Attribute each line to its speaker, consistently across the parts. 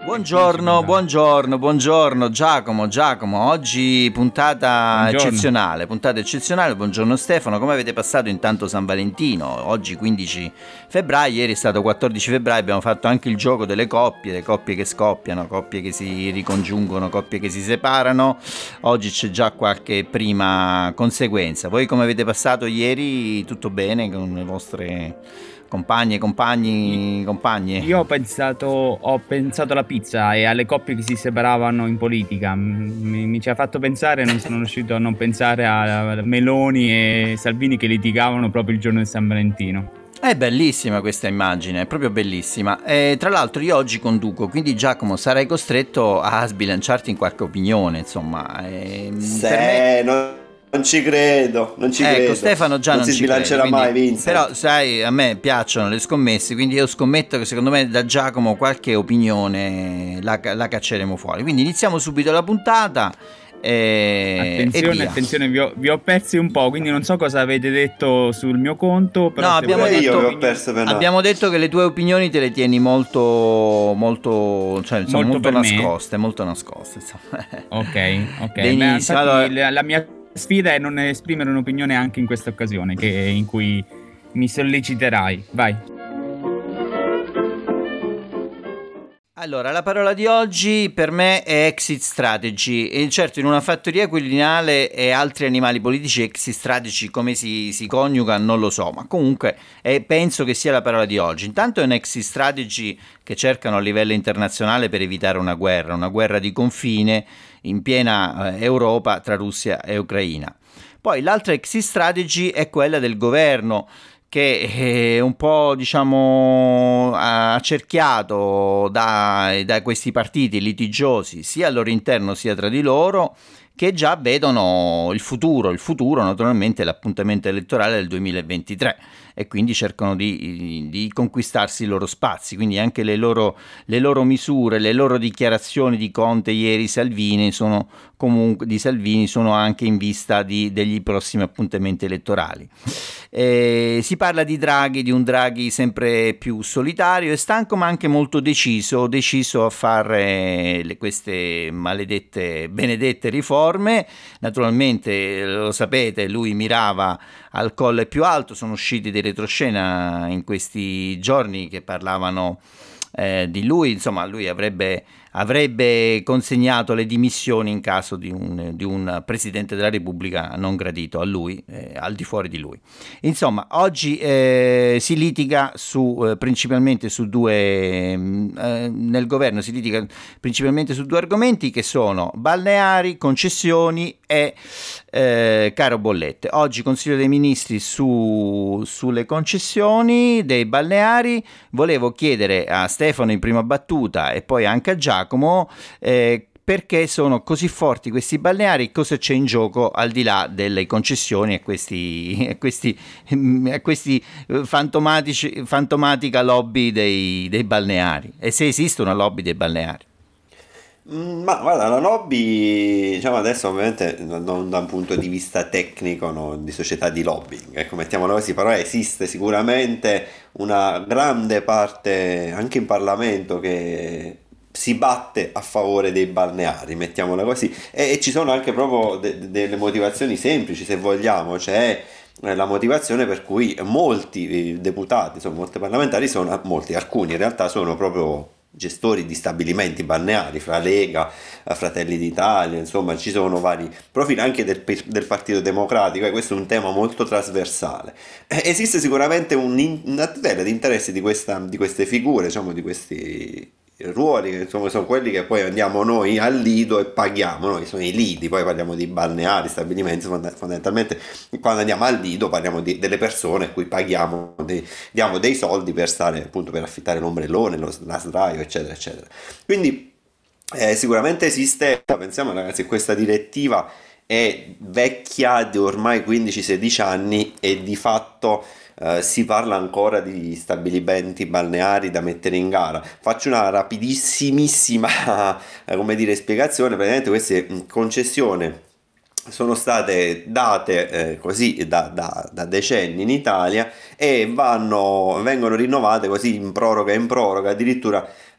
Speaker 1: Buongiorno, buongiorno, buongiorno Giacomo, oggi puntata eccezionale, buongiorno Stefano, come avete passato intanto San Valentino? Oggi 15 febbraio, ieri è stato 14 febbraio, abbiamo fatto anche il gioco delle coppie, le coppie che scoppiano, coppie che si ricongiungono, coppie che si separano, oggi c'è già qualche prima conseguenza. Voi come avete passato ieri? Tutto bene con le vostre compagne?
Speaker 2: Io ho pensato alla pizza e alle coppie che si separavano in politica. Mi ci ha fatto pensare, non sono riuscito a non pensare a Meloni e Salvini che litigavano proprio il giorno di San Valentino.
Speaker 1: È bellissima questa immagine, è proprio bellissima. Tra l'altro io oggi conduco, quindi Giacomo sarai costretto a sbilanciarti in qualche opinione, insomma.
Speaker 3: Non ci credo.
Speaker 1: Ecco, Stefano già non
Speaker 3: si
Speaker 1: ci
Speaker 3: sbilancerà
Speaker 1: crede,
Speaker 3: mai,
Speaker 1: quindi,
Speaker 3: Vincent.
Speaker 1: però sai, a me piacciono le scommesse, quindi io scommetto che secondo me da Giacomo qualche opinione la cacceremo fuori. Quindi iniziamo subito la puntata.
Speaker 2: Attenzione, vi ho persi un po', quindi non so cosa avete detto sul mio conto. Però
Speaker 1: no, abbiamo detto che le tue opinioni te le tieni molto nascoste.
Speaker 2: Ok.
Speaker 1: Benissimo, allora...
Speaker 2: La mia sfida è non esprimere un'opinione anche in questa occasione, in cui mi solleciterai. Vai.
Speaker 1: Allora, la parola di oggi per me è exit strategy, e certo in una fattoria quirinale e altri animali politici exit strategy come si coniuga non lo so, ma comunque penso che sia la parola di oggi. Intanto è un exit strategy che cercano a livello internazionale per evitare una guerra di confine in piena Europa tra Russia e Ucraina. Poi l'altra exit strategy è quella del governo, che è un po' accerchiato da questi partiti litigiosi sia al loro interno sia tra di loro, che già vedono il futuro naturalmente è l'appuntamento elettorale del 2023 e quindi cercano di conquistarsi i loro spazi, quindi anche le loro misure, le loro dichiarazioni di Conte ieri, Salvini sono anche in vista di prossimi appuntamenti elettorali. Si parla di Draghi, di un Draghi sempre più solitario e stanco, ma anche molto deciso a fare queste benedette riforme. Naturalmente, lo sapete, lui mirava al colle più alto, sono usciti dei retroscena in questi giorni che parlavano di lui, insomma lui avrebbe consegnato le dimissioni in caso di un Presidente della Repubblica non gradito a lui, al di fuori di lui. Insomma, oggi si litiga principalmente su due, nel governo si litiga principalmente su due argomenti che sono balneari, concessioni e caro bollette. Oggi Consiglio dei Ministri sulle concessioni dei balneari. Volevo chiedere a Stefano in prima battuta e poi anche a Giacomo perché sono così forti questi balneari, cosa c'è in gioco al di là delle concessioni e questi fantomatica lobby dei balneari, e se esiste una lobby dei balneari.
Speaker 3: Ma guarda, la lobby, diciamo adesso ovviamente non da un punto di vista tecnico, no, di società di lobbying, ecco, mettiamola così, però esiste sicuramente una grande parte anche in Parlamento che si batte a favore dei balneari, mettiamola così, e ci sono anche proprio delle motivazioni semplici, se vogliamo, cioè la motivazione per cui molti deputati, insomma, molti parlamentari alcuni in realtà sono proprio gestori di stabilimenti balneari, fra Lega, Fratelli d'Italia, insomma ci sono vari profili anche del Partito Democratico, e questo è un tema molto trasversale. Esiste sicuramente una tutela di interessi di queste figure, diciamo di questi ruoli, che insomma sono quelli che poi andiamo noi al lido e paghiamo, noi sono i lidi, poi parliamo di balneari, stabilimenti, fondamentalmente quando andiamo al lido parliamo delle persone a cui paghiamo, diamo dei soldi per stare, appunto, per affittare l'ombrellone, la sdraio, eccetera eccetera. Quindi sicuramente esiste, pensiamo ragazzi, questa direttiva è vecchia di ormai 15-16 anni e di fatto si parla ancora di stabilimenti balneari da mettere in gara. Faccio una rapidissimissima spiegazione. Praticamente queste concessioni sono state date così da decenni in Italia e vengono rinnovate così in proroga, addirittura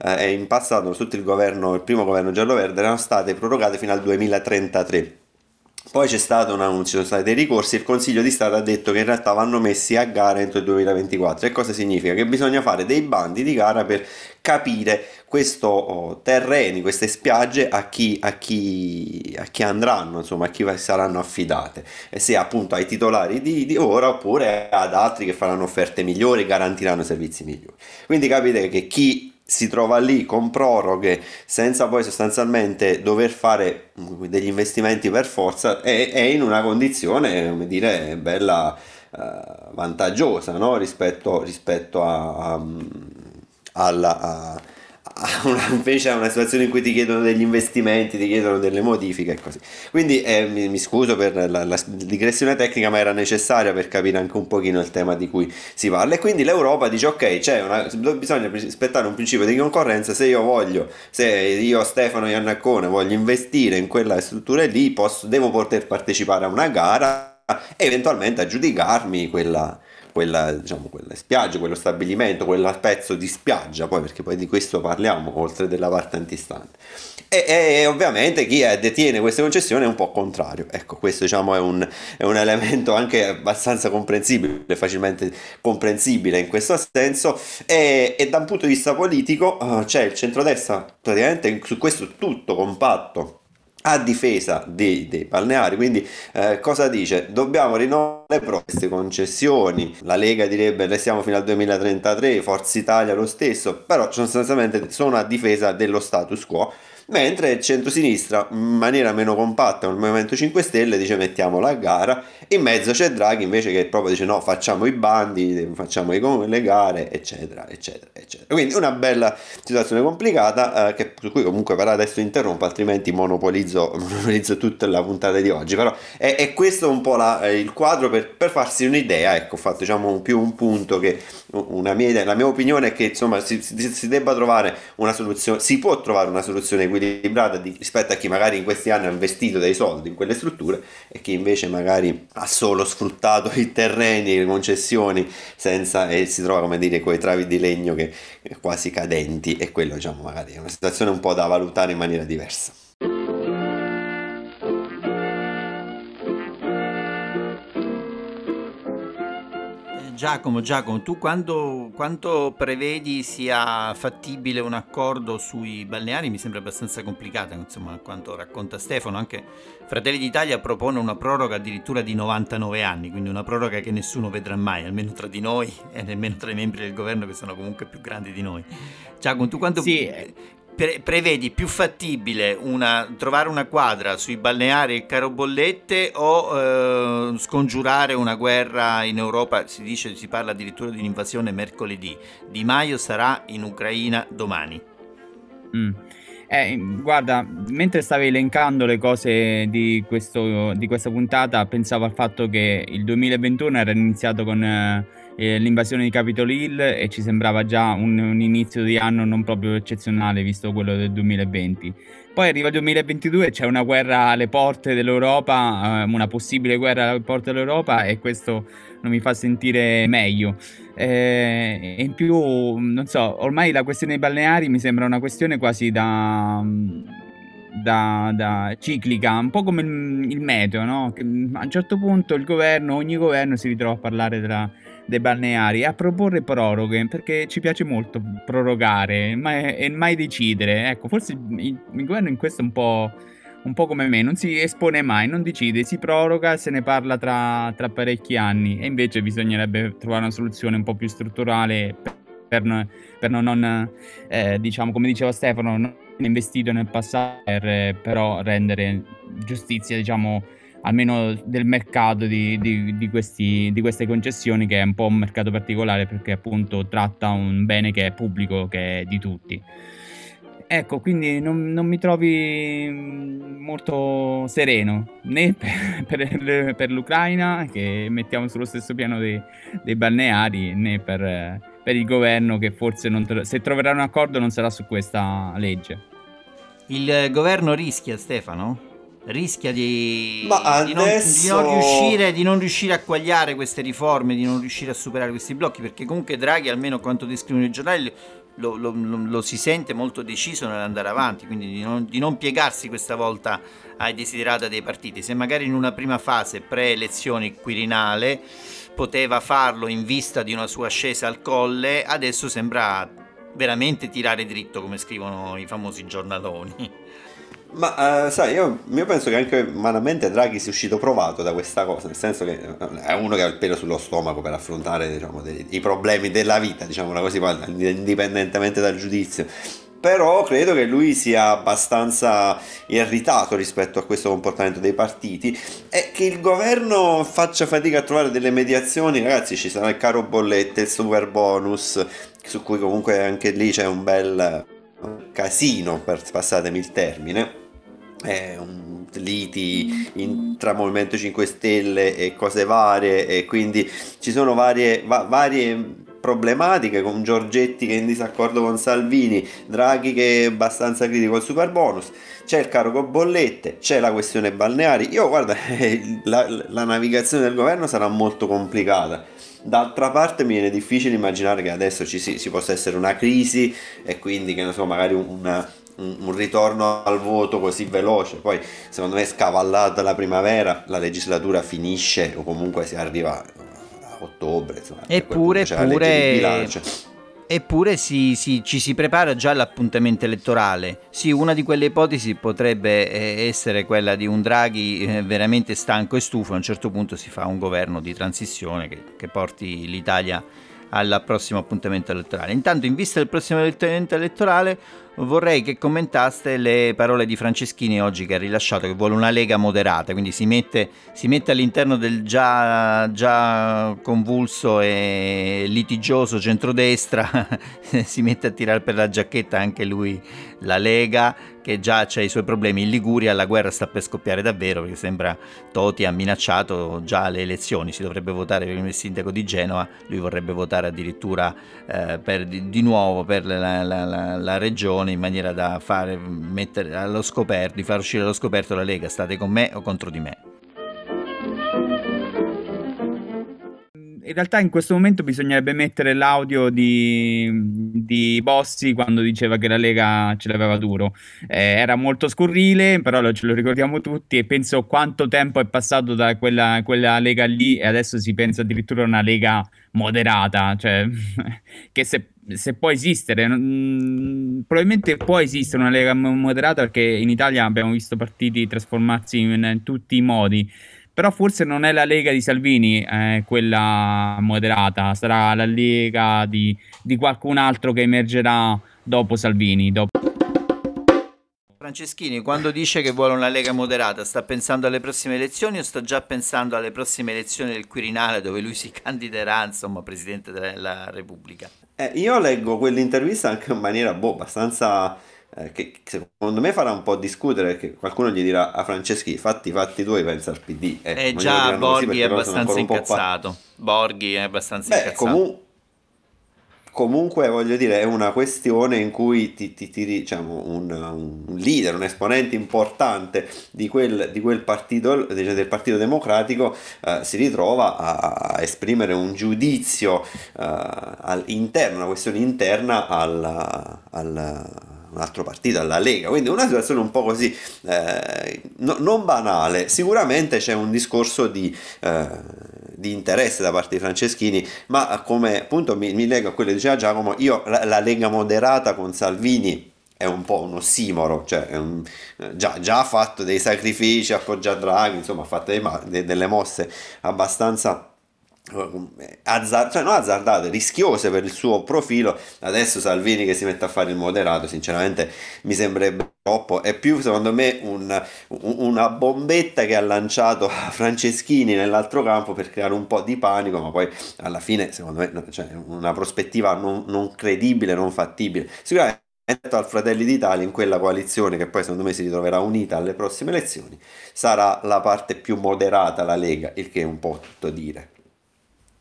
Speaker 3: in passato sotto il primo governo giallo-verde erano state prorogate fino al 2033. Poi ci sono stati dei ricorsi, il Consiglio di Stato ha detto che in realtà vanno messi a gara entro il 2024. E cosa significa? Che bisogna fare dei bandi di gara per capire questo terreni, queste spiagge a chi andranno, insomma, a chi saranno affidate, e se appunto ai titolari di ora oppure ad altri che faranno offerte migliori, garantiranno servizi migliori. Quindi capite che chi si trova lì con proroghe senza poi sostanzialmente dover fare degli investimenti per forza è in una condizione, come dire, bella vantaggiosa, no? rispetto invece a una situazione in cui ti chiedono degli investimenti, ti chiedono delle modifiche e così. Quindi mi scuso per la digressione tecnica, ma era necessaria per capire anche un pochino il tema di cui si parla. E quindi l'Europa dice ok, bisogna rispettare un principio di concorrenza. Se io Stefano Iannaccone voglio investire in quella struttura lì, devo poter partecipare a una gara e eventualmente aggiudicarmi quella spiaggia, quello stabilimento, quel pezzo di spiaggia, poi, perché poi di questo parliamo, oltre della parte antistante. E ovviamente chi detiene queste concessioni è un po' contrario. Ecco, questo diciamo è un elemento anche abbastanza comprensibile, facilmente comprensibile in questo senso, e da un punto di vista politico c'è il centrodestra praticamente su questo tutto compatto a difesa dei balneari. Quindi cosa dice? Dobbiamo rinnovare queste concessioni. La Lega direbbe restiamo fino al 2033, Forza Italia lo stesso, però sostanzialmente sono a difesa dello status quo, mentre il centrosinistra in maniera meno compatta con il Movimento 5 Stelle dice mettiamola a gara. In mezzo c'è Draghi invece che proprio dice no, facciamo i bandi, facciamo le gare, eccetera eccetera eccetera. Quindi una bella situazione complicata su cui comunque per adesso interrompo, altrimenti monopolizzo tutta la puntata di oggi. Però è questo un po' il quadro per farsi un'idea. Ecco, ho fatto diciamo più un punto che la mia opinione è che insomma si debba trovare una soluzione, si può trovare una soluzione equilibrata rispetto a chi magari in questi anni ha investito dei soldi in quelle strutture e chi invece magari ha solo sfruttato i terreni, le concessioni e si trova, come dire, coi travi di legno che quasi cadenti, e quello diciamo magari è una situazione un po' da valutare in maniera diversa.
Speaker 1: Giacomo, tu quanto prevedi sia fattibile un accordo sui balneari? Mi sembra abbastanza complicata, insomma, quanto racconta Stefano. Anche Fratelli d'Italia propone una proroga addirittura di 99 anni, quindi una proroga che nessuno vedrà mai, almeno tra di noi e nemmeno tra i membri del governo che sono comunque più grandi di noi. Giacomo, tu quanto... Sì. Prevedi più fattibile trovare una quadra sui balneari e caro bollette o scongiurare una guerra in Europa? Si parla addirittura di un'invasione mercoledì. Di Maio sarà in Ucraina domani.
Speaker 2: Guarda, mentre stavi elencando le cose di questa puntata, pensavo al fatto che il 2021 era iniziato con l'invasione di Capitol Hill e ci sembrava già un inizio di anno non proprio eccezionale visto quello del 2020. Poi arriva il 2022 e c'è una guerra alle porte dell'Europa, una possibile guerra alle porte dell'Europa, e questo non mi fa sentire meglio. E in più, non so, ormai la questione dei balneari mi sembra una questione quasi da ciclica, un po' come il meteo, no? Che a un certo punto ogni governo si ritrova a parlare dei balneari e a proporre proroghe, perché ci piace molto prorogare e mai decidere. Ecco, forse il governo in questo è un po' come me, non si espone mai, non decide, si proroga, se ne parla tra parecchi anni, e invece bisognerebbe trovare una soluzione un po' più strutturale per non diciamo, come diceva Stefano, non investito nel passato, però rendere giustizia, diciamo, almeno del mercato di queste concessioni, che è un po' un mercato particolare perché appunto tratta un bene che è pubblico, che è di tutti. Ecco, quindi non mi trovi molto sereno né per l'Ucraina, che mettiamo sullo stesso piano dei balneari, né per il governo, che forse se troverà un accordo non sarà su questa legge.
Speaker 1: Il governo rischia, Stefano? Rischia di non riuscire a quagliare queste riforme, di non riuscire a superare questi blocchi, perché comunque Draghi, almeno quanto descrivono i giornali, lo si sente molto deciso nell'andare avanti, quindi di non piegarsi questa volta ai desiderata dei partiti. Se magari in una prima fase pre-elezioni Quirinale poteva farlo in vista di una sua ascesa al colle, adesso sembra veramente tirare dritto, come scrivono i famosi giornaloni.
Speaker 3: Ma sai, io penso che anche umanamente Draghi sia uscito provato da questa cosa, nel senso che è uno che ha il pelo sullo stomaco per affrontare, diciamo, i problemi della vita, diciamo così, indipendentemente dal giudizio. Però credo che lui sia abbastanza irritato rispetto a questo comportamento dei partiti e che il governo faccia fatica a trovare delle mediazioni. Ragazzi, ci sarà il caro bollette, il super bonus, su cui comunque anche lì c'è un bel casino, passatemi il termine, liti tra Movimento 5 Stelle e cose varie, e quindi ci sono varie problematiche, con Giorgetti che è in disaccordo con Salvini, Draghi che è abbastanza critico al super bonus, c'è il caro con bollette, c'è la questione balneari. Io guarda, la navigazione del governo sarà molto complicata. D'altra parte mi viene difficile immaginare che adesso ci possa essere una crisi e quindi, che ne so, magari un ritorno al voto così veloce. Poi secondo me, scavallata la primavera, la legislatura finisce o comunque si arriva a ottobre, insomma,
Speaker 1: eppure ci si prepara già all'appuntamento elettorale. Sì, una di quelle ipotesi potrebbe essere quella di un Draghi veramente stanco e stufo. A un certo punto si fa un governo di transizione che porti l'Italia al prossimo appuntamento elettorale. Intanto, in vista del prossimo appuntamento elettorale, vorrei che commentaste le parole di Franceschini oggi, che ha rilasciato che vuole una Lega moderata, quindi si mette all'interno del già convulso e litigioso centrodestra si mette a tirare per la giacchetta anche lui la Lega, che già c'ha i suoi problemi. In Liguria la guerra sta per scoppiare davvero, perché sembra Toti ha minacciato già le elezioni, si dovrebbe votare per il sindaco di Genova, lui vorrebbe votare addirittura di nuovo per la regione, in maniera da mettere allo scoperto, di far uscire allo scoperto la Lega. State con me o contro di me?
Speaker 2: In realtà in questo momento bisognerebbe mettere l'audio di Bossi quando diceva che la Lega ce l'aveva duro. Era molto scurrile, però ce lo ricordiamo tutti, e penso quanto tempo è passato da quella Lega lì, e adesso si pensa addirittura a una Lega moderata, cioè che se può esistere, probabilmente può esistere una Lega moderata, perché in Italia abbiamo visto partiti trasformarsi in tutti i modi. Però forse non è la Lega di Salvini quella moderata, sarà la Lega di qualcun altro che emergerà dopo Salvini.
Speaker 1: Franceschini, quando dice che vuole una Lega moderata, sta pensando alle prossime elezioni o sta già pensando alle prossime elezioni del Quirinale, dove lui si candiderà, insomma, Presidente della Repubblica?
Speaker 3: Io leggo quell'intervista anche in maniera abbastanza... che secondo me farà un po' discutere, perché qualcuno gli dirà a Franceschini fatti tuoi, pensa al PD.
Speaker 1: Già Borghi è abbastanza incazzato. Borghi è abbastanza incazzato.
Speaker 3: Comunque voglio dire, è una questione in cui diciamo, un leader, un esponente importante di quel partito, del Partito Democratico, si ritrova a esprimere un giudizio interno, una questione interna un altro partito, alla Lega. Quindi una situazione un po' così non banale. Sicuramente c'è un discorso di interesse da parte di Franceschini, ma come appunto mi lego a quello che diceva Giacomo, la Lega moderata con Salvini è un po' un ossimoro, cioè già ha fatto dei sacrifici, appoggia Draghi, insomma ha fatto delle mosse abbastanza non azzardate, rischiose per il suo profilo. Adesso Salvini che si mette a fare il moderato, sinceramente mi sembrerebbe troppo. È più, secondo me, una bombetta che ha lanciato Franceschini nell'altro campo per creare un po' di panico, ma poi alla fine, secondo me, cioè, una prospettiva non credibile, non fattibile. Sicuramente al Fratelli d'Italia, in quella coalizione che poi secondo me si ritroverà unita alle prossime elezioni, sarà la parte più moderata, la Lega, il che è un po' tutto dire.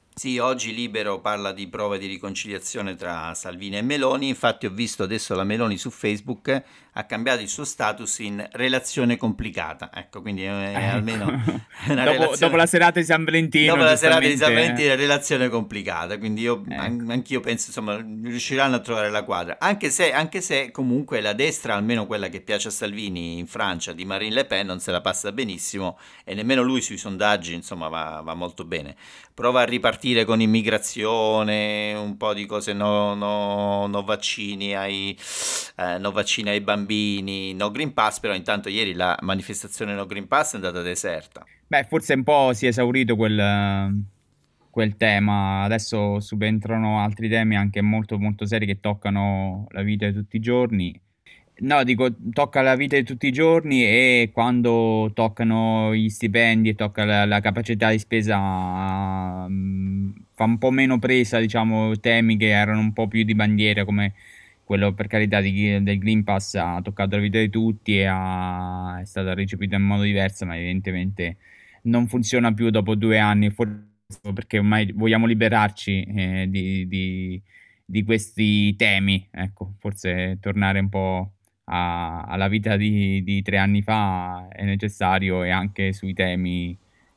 Speaker 1: Sì, oggi Libero parla di prove di riconciliazione tra Salvini e Meloni, infatti ho visto adesso la Meloni su Facebook ha cambiato il suo status in relazione complicata, ecco, quindi almeno una
Speaker 2: dopo la serata di San Valentino.
Speaker 1: Dopo la serata di San Valentino, relazione complicata, quindi anch'io penso, insomma, riusciranno a trovare la quadra, anche se comunque la destra, almeno quella che piace a Salvini in Francia, di Marine Le Pen, non se la passa benissimo e nemmeno lui sui sondaggi, insomma, va molto bene. Prova a ripartire con immigrazione, un po' di cose, no vaccini no vaccini ai bambini, no Green Pass, però intanto ieri la manifestazione no Green Pass è andata deserta.
Speaker 2: Beh, forse un po' si è esaurito quel tema, adesso subentrano altri temi anche molto molto seri che toccano la vita di tutti i giorni. No, dico, tocca la vita di tutti i giorni e quando toccano gli stipendi e tocca la capacità di spesa, fa un po' meno presa, diciamo, temi che erano un po' più di bandiera, come quello, per carità, del Green Pass ha toccato la vita di tutti e è stato recepito in modo diverso, ma evidentemente non funziona più dopo 2 anni, forse perché ormai vogliamo liberarci di questi temi, ecco, forse tornare un po' alla vita di 3 anni fa è necessario, e anche sui temi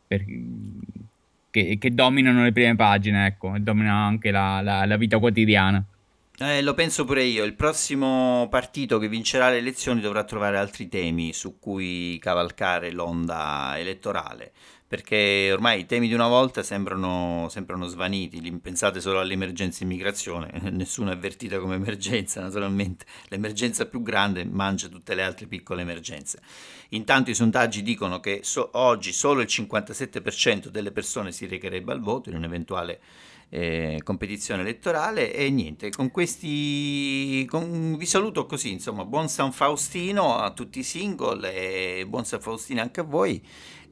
Speaker 2: che dominano le prime pagine, ecco, e dominano anche la vita quotidiana.
Speaker 1: Lo penso pure io, il prossimo partito che vincerà le elezioni dovrà trovare altri temi su cui cavalcare l'onda elettorale, perché ormai i temi di una volta sembrano svaniti. Pensate solo all'emergenza immigrazione, nessuno è avvertita come emergenza, naturalmente l'emergenza più grande mangia tutte le altre piccole emergenze. Intanto i sondaggi dicono che oggi solo il 57% delle persone si recherebbe al voto in un'eventuale competizione elettorale. E niente, con questi vi saluto così, insomma, buon San Faustino a tutti i single e buon San Faustino anche a voi.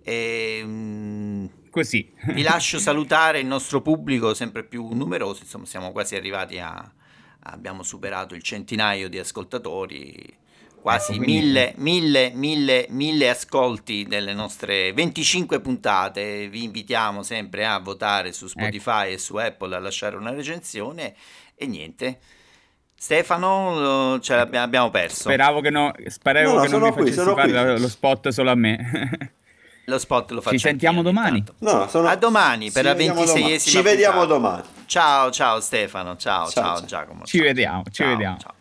Speaker 2: Così
Speaker 1: vi lascio salutare il nostro pubblico sempre più numeroso, insomma siamo quasi arrivati abbiamo superato il centinaio di ascoltatori, quasi
Speaker 2: ecco,
Speaker 1: 1000 ascolti delle nostre 25 puntate. Vi invitiamo sempre a votare su Spotify e su Apple, a lasciare una recensione e niente. Stefano, ce l'abbiamo perso.
Speaker 2: Speravo che non mi facessi fare lo spot solo a me.
Speaker 1: Lo spot lo faccio.
Speaker 2: Ci sentiamo domani.
Speaker 1: A domani per la 26esima.
Speaker 3: Ci vediamo domani.
Speaker 1: Ciao Stefano, ciao Giacomo.
Speaker 2: Ci vediamo.
Speaker 1: Ciao.